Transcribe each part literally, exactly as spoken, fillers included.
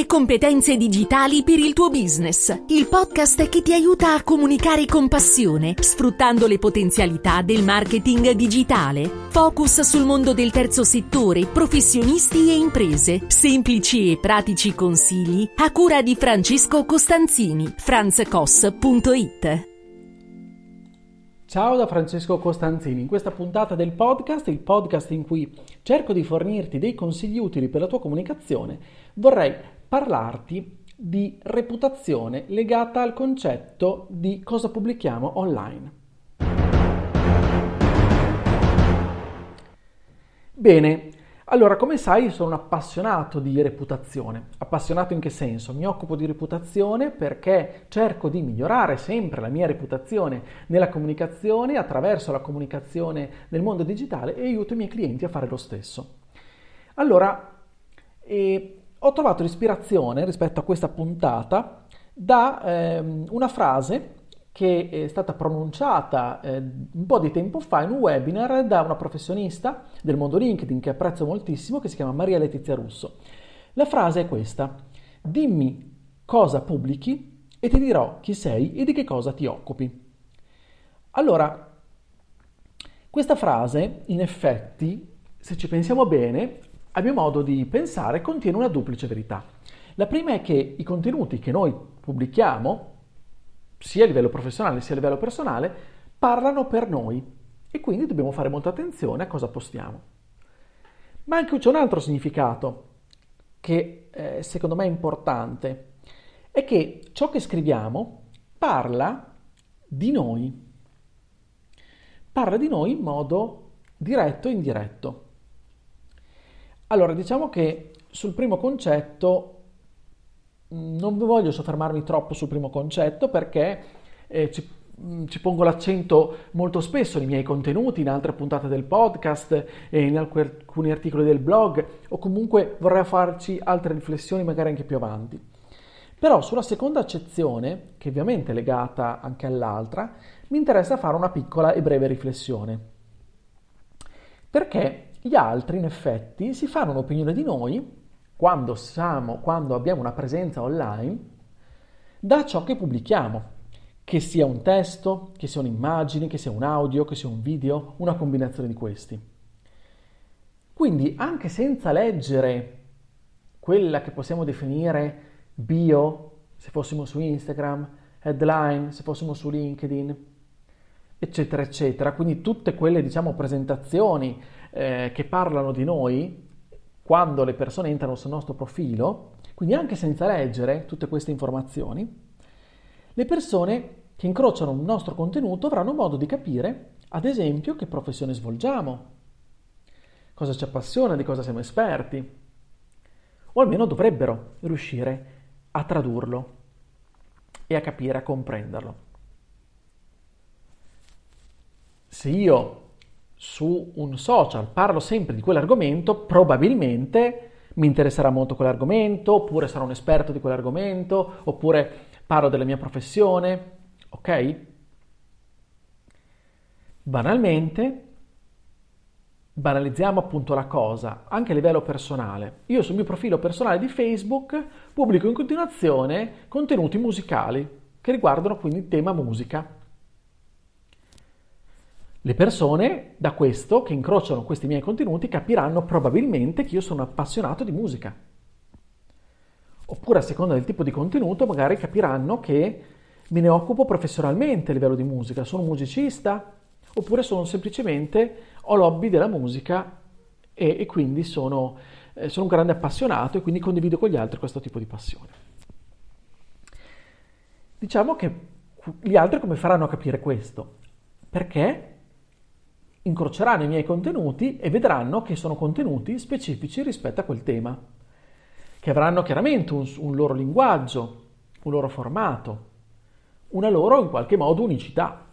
e competenze digitali per il tuo business. Il podcast che ti aiuta a comunicare con passione, sfruttando le potenzialità del marketing digitale. Focus sul mondo del terzo settore, professionisti e imprese. Semplici e pratici consigli a cura di Francesco Costanzini. franz cos punto it. Ciao da Francesco Costanzini. In questa puntata del podcast, il podcast in cui cerco di fornirti dei consigli utili per la tua comunicazione, vorrei parlarti di reputazione legata al concetto di cosa pubblichiamo online. Bene, allora come sai sono un appassionato di reputazione. Appassionato in che senso? Mi occupo di reputazione perché cerco di migliorare sempre la mia reputazione nella comunicazione attraverso la comunicazione nel mondo digitale e aiuto i miei clienti a fare lo stesso. Allora, eh, ho trovato l'ispirazione rispetto a questa puntata da eh, una frase che è stata pronunciata eh, un po' di tempo fa in un webinar da una professionista del mondo LinkedIn che apprezzo moltissimo, che si chiama Maria Letizia Russo. La frase è questa: dimmi cosa pubblichi e ti dirò chi sei e di che cosa ti occupi. Allora, questa frase, in effetti, se ci pensiamo bene, a mio modo di pensare, contiene una duplice verità. La prima è che i contenuti che noi pubblichiamo, sia a livello professionale sia a livello personale, parlano per noi e quindi dobbiamo fare molta attenzione a cosa postiamo. Ma anche c'è un altro significato che eh, secondo me è importante, è che ciò che scriviamo parla di noi, parla di noi in modo diretto e indiretto. Allora, diciamo che sul primo concetto non voglio soffermarmi troppo sul primo concetto perché eh, ci, ci pongo l'accento molto spesso nei miei contenuti, in altre puntate del podcast e in alcuni articoli del blog, o comunque vorrei farci altre riflessioni magari anche più avanti. Però sulla seconda accezione, che ovviamente è legata anche all'altra, mi interessa fare una piccola e breve riflessione. Perché gli altri in effetti si fanno un'opinione di noi quando siamo, quando abbiamo una presenza online, da ciò che pubblichiamo, che sia un testo, che sia un'immagine, che sia un audio, che sia un video, una combinazione di questi. Quindi anche senza leggere quella che possiamo definire bio, se fossimo su Instagram, headline, se fossimo su LinkedIn, eccetera, eccetera, quindi tutte quelle, diciamo, presentazioni eh, che parlano di noi, quando le persone entrano sul nostro profilo, quindi anche senza leggere tutte queste informazioni, le persone che incrociano il nostro contenuto avranno modo di capire, ad esempio, che professione svolgiamo, cosa ci appassiona, di cosa siamo esperti, o almeno dovrebbero riuscire a tradurlo e a capire, a comprenderlo. Se io su un social parlo sempre di quell'argomento, probabilmente mi interesserà molto quell'argomento, oppure sarò un esperto di quell'argomento, oppure parlo della mia professione, ok? Banalmente, banalizziamo appunto la cosa, anche a livello personale. Io sul mio profilo personale di Facebook pubblico in continuazione contenuti musicali, che riguardano quindi il tema musica. Le persone da questo, che incrociano questi miei contenuti, capiranno probabilmente che io sono appassionato di musica. Oppure a seconda del tipo di contenuto magari capiranno che me ne occupo professionalmente a livello di musica, sono un musicista, oppure sono semplicemente, ho l'hobby della musica e, e quindi sono, eh, sono un grande appassionato e quindi condivido con gli altri questo tipo di passione. Diciamo che gli altri come faranno a capire questo? Perché incroceranno i miei contenuti e vedranno che sono contenuti specifici rispetto a quel tema, che avranno chiaramente un, un loro linguaggio, un loro formato, una loro in qualche modo unicità.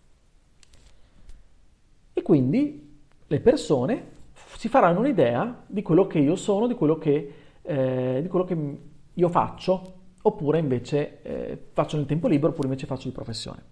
E quindi le persone si faranno un'idea di quello che io sono, di quello che, eh, di quello che io faccio, oppure invece eh, faccio nel tempo libero, oppure invece faccio di professione.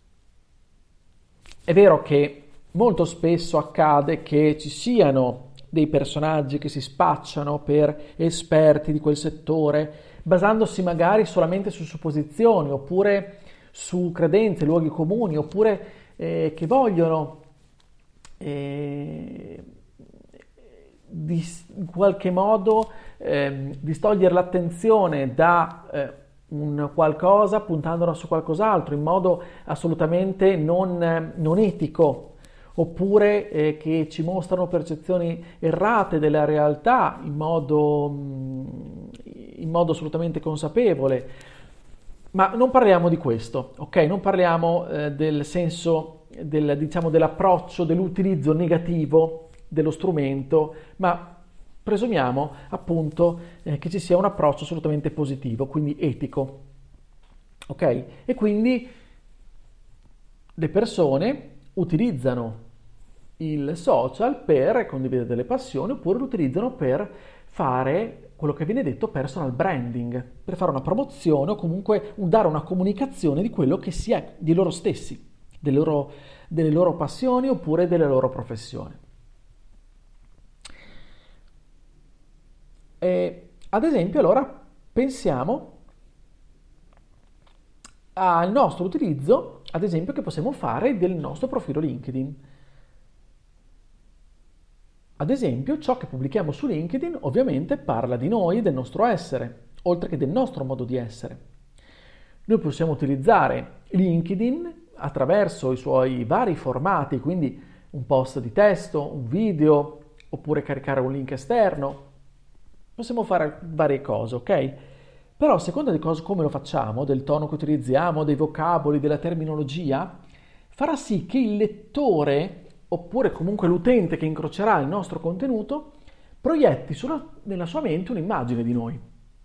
È vero che molto spesso accade che ci siano dei personaggi che si spacciano per esperti di quel settore, basandosi magari solamente su supposizioni, oppure su credenze, luoghi comuni, oppure eh, che vogliono eh, di, in qualche modo eh, distogliere l'attenzione da eh, un qualcosa puntandola su qualcos'altro in modo assolutamente non, non etico, oppure eh, che ci mostrano percezioni errate della realtà in modo, in modo assolutamente consapevole. Ma non parliamo di questo, ok? Non parliamo eh, del senso, del, diciamo, dell'approccio, dell'utilizzo negativo dello strumento, ma presumiamo appunto eh, che ci sia un approccio assolutamente positivo, quindi etico, ok? E quindi le persone utilizzano il social per condividere delle passioni, oppure lo utilizzano per fare quello che viene detto personal branding, per fare una promozione o comunque dare una comunicazione di quello che si è di loro stessi, delle loro, delle loro passioni oppure delle loro professioni. E, ad esempio, allora pensiamo al nostro utilizzo, ad esempio, che possiamo fare del nostro profilo LinkedIn. Ad esempio, ciò che pubblichiamo su LinkedIn ovviamente parla di noi, del nostro essere, oltre che del nostro modo di essere. Noi possiamo utilizzare LinkedIn attraverso i suoi vari formati, quindi un post di testo, un video, oppure caricare un link esterno. Possiamo fare varie cose, ok? Però a seconda di cosa, come lo facciamo, del tono che utilizziamo, dei vocaboli, della terminologia, farà sì che il lettore, oppure comunque l'utente che incrocerà il nostro contenuto, proietti sulla, nella sua mente un'immagine di noi.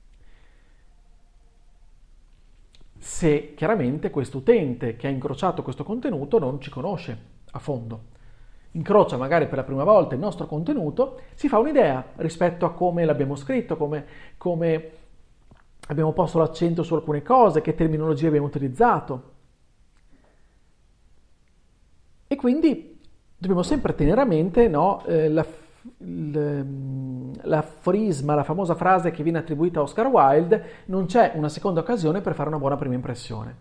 Se chiaramente questo utente che ha incrociato questo contenuto non ci conosce a fondo, incrocia magari per la prima volta il nostro contenuto, si fa un'idea rispetto a come l'abbiamo scritto, come, come abbiamo posto l'accento su alcune cose, che terminologie abbiamo utilizzato. E quindi dobbiamo sempre tenere a mente, no, eh, la, l'aforisma, la famosa frase che viene attribuita a Oscar Wilde: non c'è una seconda occasione per fare una buona prima impressione.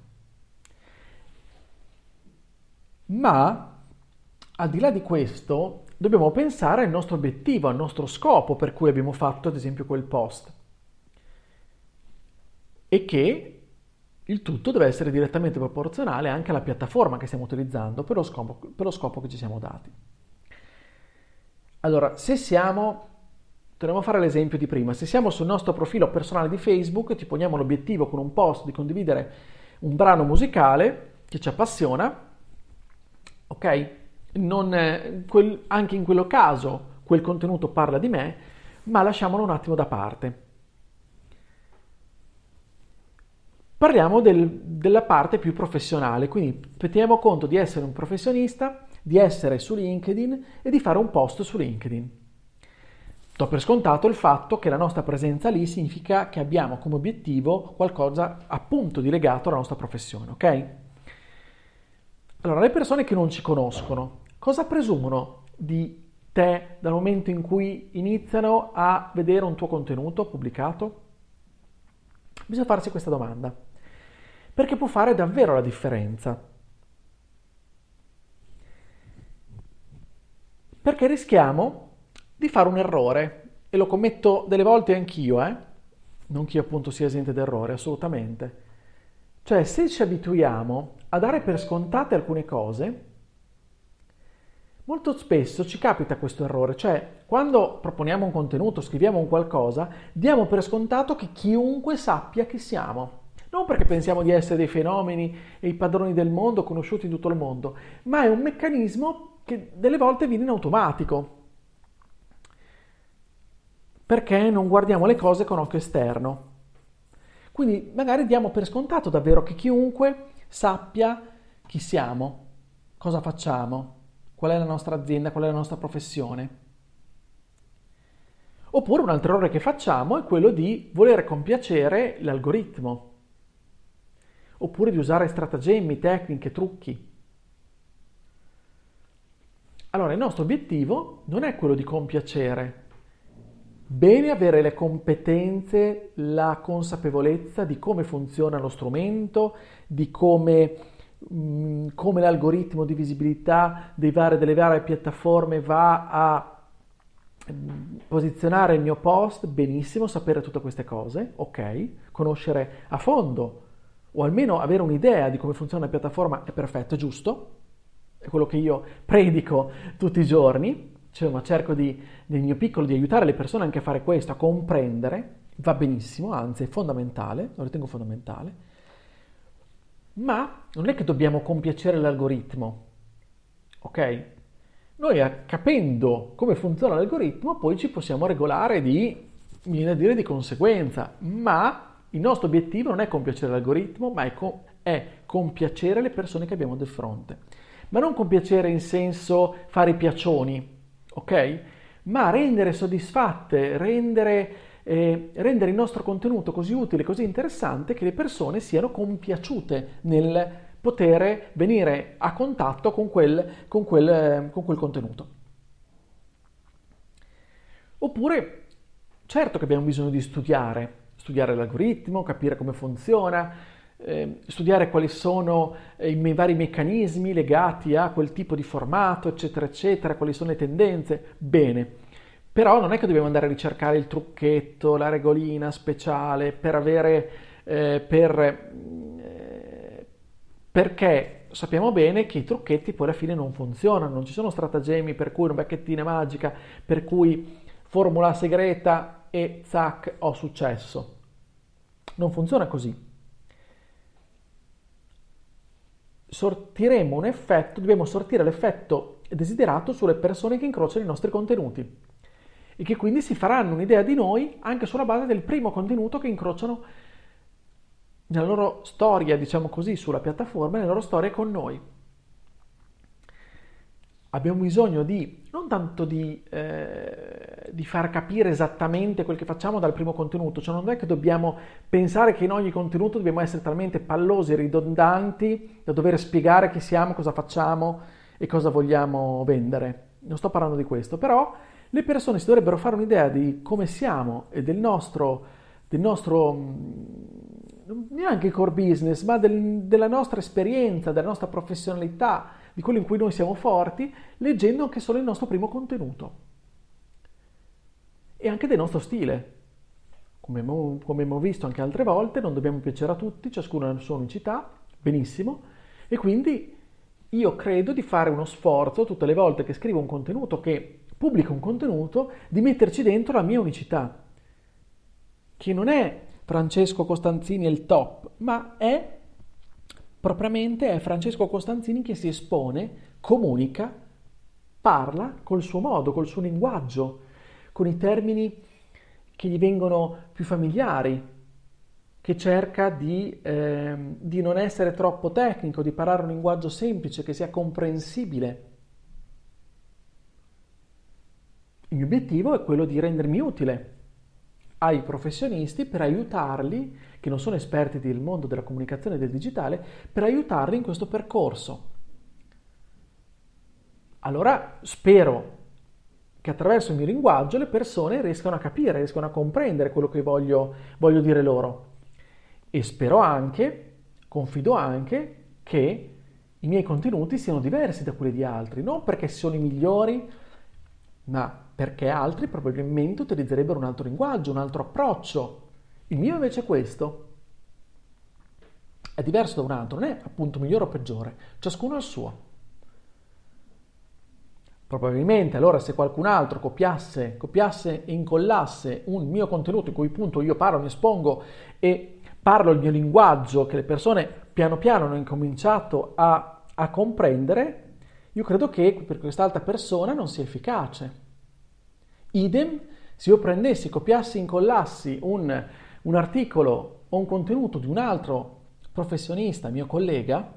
Ma al di là di questo dobbiamo pensare al nostro obiettivo, al nostro scopo per cui abbiamo fatto ad esempio quel post, e che il tutto deve essere direttamente proporzionale anche alla piattaforma che stiamo utilizzando per lo scopo, per lo scopo che ci siamo dati. Allora, se siamo, torniamo a fare l'esempio di prima, se siamo sul nostro profilo personale di Facebook e ci poniamo l'obiettivo con un post di condividere un brano musicale che ci appassiona, ok? Non, quel, anche in quello caso quel contenuto parla di me, ma lasciamolo un attimo da parte. Parliamo del, della parte più professionale, quindi teniamo conto di essere un professionista, di essere su LinkedIn e di fare un post su LinkedIn. Do per scontato il fatto che la nostra presenza lì significa che abbiamo come obiettivo qualcosa appunto di legato alla nostra professione, ok? Allora, le persone che non ci conoscono, cosa presumono di te dal momento in cui iniziano a vedere un tuo contenuto pubblicato? Bisogna farsi questa domanda, perché può fare davvero la differenza. Perché rischiamo di fare un errore, e lo commetto delle volte anch'io, eh? Non che io appunto sia esente d'errore, assolutamente. Cioè, se ci abituiamo a dare per scontate alcune cose, molto spesso ci capita questo errore, cioè quando proponiamo un contenuto, scriviamo un qualcosa, diamo per scontato che chiunque sappia chi siamo. Non perché pensiamo di essere dei fenomeni e i padroni del mondo, conosciuti in tutto il mondo, ma è un meccanismo che delle volte viene in automatico. Perché non guardiamo le cose con occhio esterno. Quindi magari diamo per scontato davvero che chiunque sappia chi siamo, cosa facciamo, qual è la nostra azienda, qual è la nostra professione. Oppure un altro errore che facciamo è quello di voler compiacere l'algoritmo, oppure di usare stratagemmi, tecniche, trucchi. Allora, il nostro obiettivo non è quello di compiacere. Bene avere le competenze, la consapevolezza di come funziona lo strumento, di come, mh, come l'algoritmo di visibilità dei vari, delle varie piattaforme va a mh, posizionare il mio post. Benissimo, sapere tutte queste cose, ok? Conoscere a fondo o almeno avere un'idea di come funziona la piattaforma è perfetto, è giusto, è quello che io predico tutti i giorni. Cioè, ma cerco di, nel mio piccolo di aiutare le persone anche a fare questo, a comprendere, va benissimo, anzi è fondamentale, lo ritengo fondamentale, ma non è che dobbiamo compiacere l'algoritmo, ok? Noi capendo come funziona l'algoritmo poi ci possiamo regolare di, mi viene a dire, di conseguenza, ma il nostro obiettivo non è compiacere l'algoritmo, ma è, co- è compiacere le persone che abbiamo di fronte, ma non compiacere in senso fare i piaccioni, ok? Ma rendere soddisfatte, rendere, eh, rendere il nostro contenuto così utile, così interessante che le persone siano compiaciute nel poter venire a contatto con quel, con quel, con quel contenuto. Oppure, certo che abbiamo bisogno di studiare, studiare l'algoritmo, capire come funziona, Eh, studiare quali sono eh, i vari meccanismi legati a quel tipo di formato, eccetera, eccetera, quali sono le tendenze. Bene, però non è che dobbiamo andare a ricercare il trucchetto, la regolina speciale per avere, eh, per, eh, perché sappiamo bene che i trucchetti poi alla fine non funzionano, non ci sono stratagemmi per cui una bacchettina magica, per cui formula segreta e zac, ho successo. Non funziona così. Sortiremo un effetto, dobbiamo sortire l'effetto desiderato sulle persone che incrociano i nostri contenuti e che quindi si faranno un'idea di noi anche sulla base del primo contenuto che incrociano nella loro storia, diciamo così, sulla piattaforma, nella loro storia con noi. Abbiamo bisogno di, non tanto di, eh, di far capire esattamente quel che facciamo dal primo contenuto, cioè non è che dobbiamo pensare che in ogni contenuto dobbiamo essere talmente pallosi e ridondanti da dover spiegare chi siamo, cosa facciamo e cosa vogliamo vendere. Non sto parlando di questo, però le persone si dovrebbero fare un'idea di come siamo e del nostro, del nostro neanche core business, ma del, della nostra esperienza, della nostra professionalità, di quello in cui noi siamo forti, leggendo anche solo il nostro primo contenuto. E anche del nostro stile. Come abbiamo, come abbiamo visto anche altre volte, non dobbiamo piacere a tutti, ciascuno ha la sua unicità, benissimo, e quindi io credo di fare uno sforzo tutte le volte che scrivo un contenuto, che pubblico un contenuto, di metterci dentro la mia unicità, che non è Francesco Costanzini è il top, ma è propriamente è Francesco Costanzini che si espone, comunica, parla col suo modo, col suo linguaggio, con i termini che gli vengono più familiari, che cerca di, eh, di non essere troppo tecnico, di parlare un linguaggio semplice, che sia comprensibile. Il mio obiettivo è quello di rendermi utile ai professionisti per aiutarli, che non sono esperti del mondo della comunicazione e del digitale, per aiutarli in questo percorso. Allora spero che attraverso il mio linguaggio le persone riescano a capire, riescano a comprendere quello che voglio, voglio dire loro. E spero anche, confido anche, che i miei contenuti siano diversi da quelli di altri, non perché sono i migliori, ma perché altri probabilmente utilizzerebbero un altro linguaggio, un altro approccio. Il mio invece è questo. È diverso da un altro, non è appunto migliore o peggiore, ciascuno ha il suo. Probabilmente allora se qualcun altro copiasse, copiasse e incollasse un mio contenuto in cui appunto io parlo, mi espongo e parlo il mio linguaggio che le persone piano piano hanno incominciato a, a comprendere, io credo che per quest'altra persona non sia efficace. Idem, se io prendessi, copiassi, incollassi un, un articolo o un contenuto di un altro professionista, mio collega,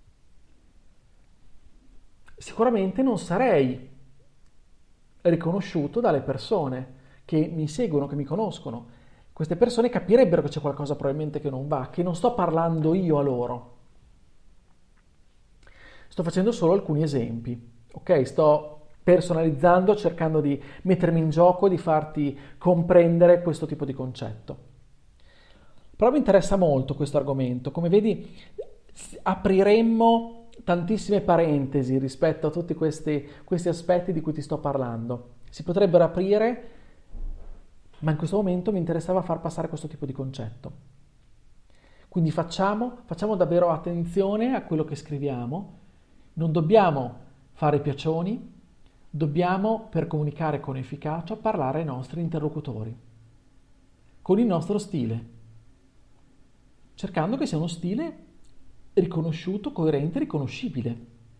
sicuramente non sarei riconosciuto dalle persone che mi seguono, che mi conoscono. Queste persone capirebbero che c'è qualcosa probabilmente che non va, che non sto parlando io a loro. Sto facendo solo alcuni esempi, ok? Sto personalizzando, cercando di mettermi in gioco, di farti comprendere questo tipo di concetto. Però mi interessa molto questo argomento. Come vedi, apriremmo tantissime parentesi rispetto a tutti questi, questi aspetti di cui ti sto parlando. Si potrebbero aprire, ma in questo momento mi interessava far passare questo tipo di concetto. Quindi facciamo, facciamo davvero attenzione a quello che scriviamo. Non dobbiamo fare piacioni, dobbiamo, per comunicare con efficacia, parlare ai nostri interlocutori, con il nostro stile, cercando che sia uno stile riconosciuto, coerente, riconoscibile,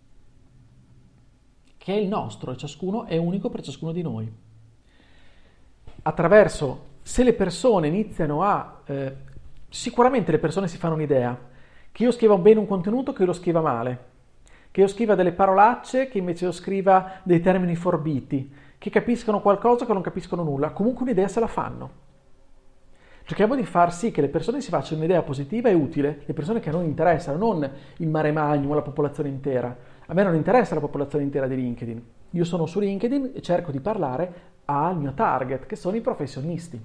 che è il nostro e ciascuno è unico per ciascuno di noi. Attraverso, se le persone iniziano a, eh, sicuramente le persone si fanno un'idea, che io scriva bene un contenuto, che io lo scriva male, che io scriva delle parolacce, che invece io scriva dei termini forbiti, che capiscono qualcosa, che non capiscono nulla, comunque un'idea se la fanno. Cerchiamo di far sì che le persone si facciano un'idea positiva e utile, le persone che a noi interessano, non il mare magnum o la popolazione intera. A me non interessa la popolazione intera di LinkedIn. Io sono su LinkedIn e cerco di parlare al mio target, che sono i professionisti.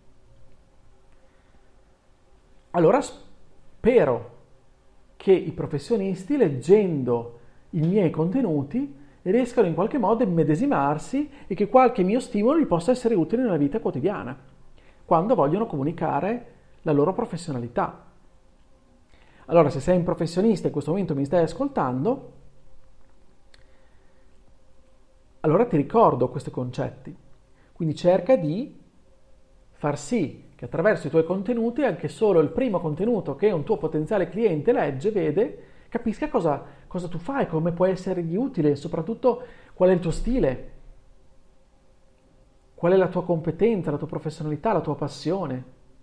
Allora spero che i professionisti, leggendo i miei contenuti, riescano in qualche modo a immedesimarsi e che qualche mio stimolo gli possa essere utile nella vita quotidiana, quando vogliono comunicare la loro professionalità. Allora, se sei un professionista e in questo momento mi stai ascoltando, allora ti ricordo questi concetti. Quindi cerca di far sì che attraverso i tuoi contenuti, anche solo il primo contenuto che un tuo potenziale cliente legge, vede, capisca cosa, cosa tu fai, come può essergli utile e soprattutto qual è il tuo stile, qual è la tua competenza, la tua professionalità, la tua passione.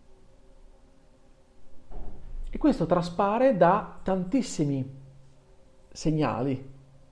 E questo traspare da tantissimi segnali.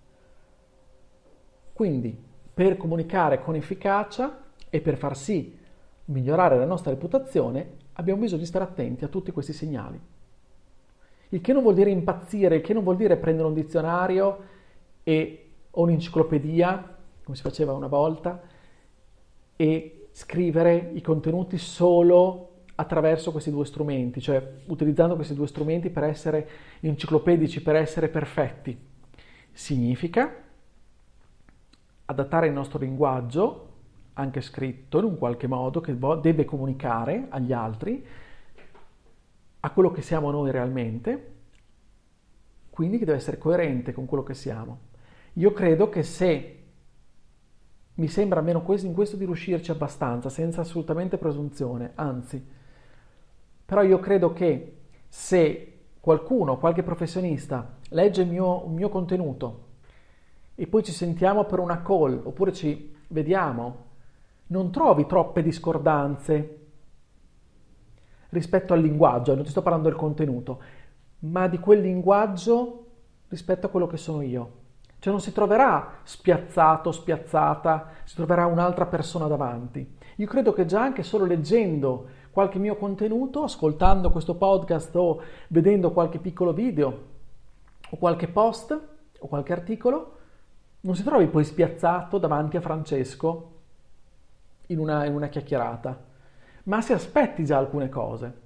Quindi, per comunicare con efficacia e per far sì migliorare la nostra reputazione, abbiamo bisogno di stare attenti a tutti questi segnali. Il che non vuol dire impazzire, il che non vuol dire prendere un dizionario e, o un'enciclopedia, come si faceva una volta, e scrivere i contenuti solo attraverso questi due strumenti, cioè utilizzando questi due strumenti per essere enciclopedici, per essere perfetti. Significa adattare il nostro linguaggio, anche scritto in un qualche modo, che deve comunicare agli altri, a quello che siamo noi realmente, quindi che deve essere coerente con quello che siamo. Io credo che se mi sembra almeno in questo di riuscirci abbastanza, senza assolutamente presunzione, anzi, però io credo che se qualcuno, qualche professionista, legge il mio, il mio contenuto e poi ci sentiamo per una call, oppure ci vediamo, non trovi troppe discordanze rispetto al linguaggio, non ti sto parlando del contenuto, ma di quel linguaggio rispetto a quello che sono io. Cioè non si troverà spiazzato, spiazzata, si troverà un'altra persona davanti. Io credo che già anche solo leggendo qualche mio contenuto, ascoltando questo podcast o vedendo qualche piccolo video o qualche post o qualche articolo, non si trovi poi spiazzato davanti a Francesco in una, in una chiacchierata, ma si aspetti già alcune cose.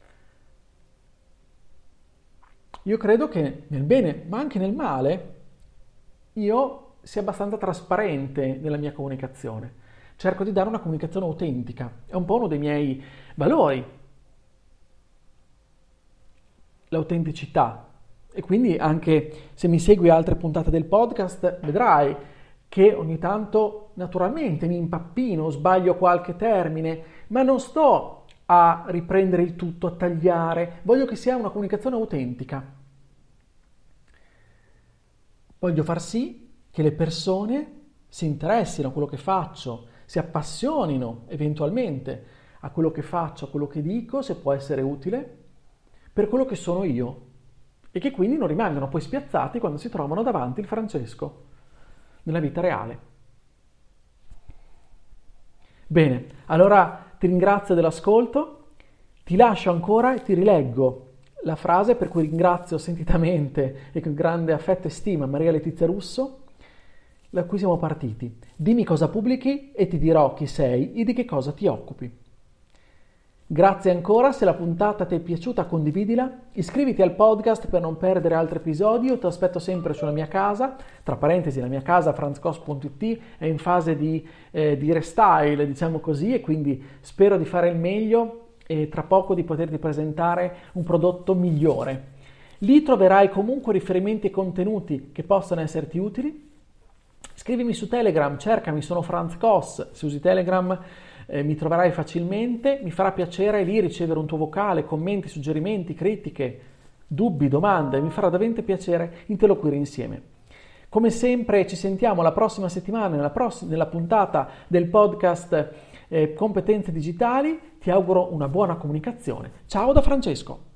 Io credo che nel bene, ma anche nel male, io sia abbastanza trasparente nella mia comunicazione. Cerco di dare una comunicazione autentica. È un po' uno dei miei valori, l'autenticità. E quindi anche se mi segui altre puntate del podcast, vedrai che ogni tanto naturalmente mi impappino, sbaglio qualche termine, ma non sto a riprendere il tutto, a tagliare. Voglio che sia una comunicazione autentica. Voglio far sì che le persone si interessino a quello che faccio, si appassionino eventualmente a quello che faccio, a quello che dico, se può essere utile, per quello che sono io, e che quindi non rimangano poi spiazzati quando si trovano davanti il Francesco nella vita reale. Bene, allora ti ringrazio dell'ascolto, ti lascio ancora e ti rileggo la frase per cui ringrazio sentitamente e con grande affetto e stima Maria Letizia Russo, da cui siamo partiti. Dimmi cosa pubblichi e ti dirò chi sei e di che cosa ti occupi. Grazie ancora, se la puntata ti è piaciuta condividila, iscriviti al podcast per non perdere altri episodi, io ti aspetto sempre sulla mia casa, tra parentesi la mia casa franz cos punto it è in fase di, eh, di restyle, diciamo così, e quindi spero di fare il meglio e tra poco di poterti presentare un prodotto migliore. Lì troverai comunque riferimenti e contenuti che possono esserti utili. Scrivimi su Telegram, cercami, sono Franz Cos, se usi Telegram Eh, mi troverai facilmente, mi farà piacere lì ricevere un tuo vocale, commenti, suggerimenti, critiche, dubbi, domande, mi farà davvero piacere interloquire insieme. Come sempre ci sentiamo la prossima settimana nella, pross- nella puntata del podcast eh, Competenze Digitali, ti auguro una buona comunicazione. Ciao da Francesco!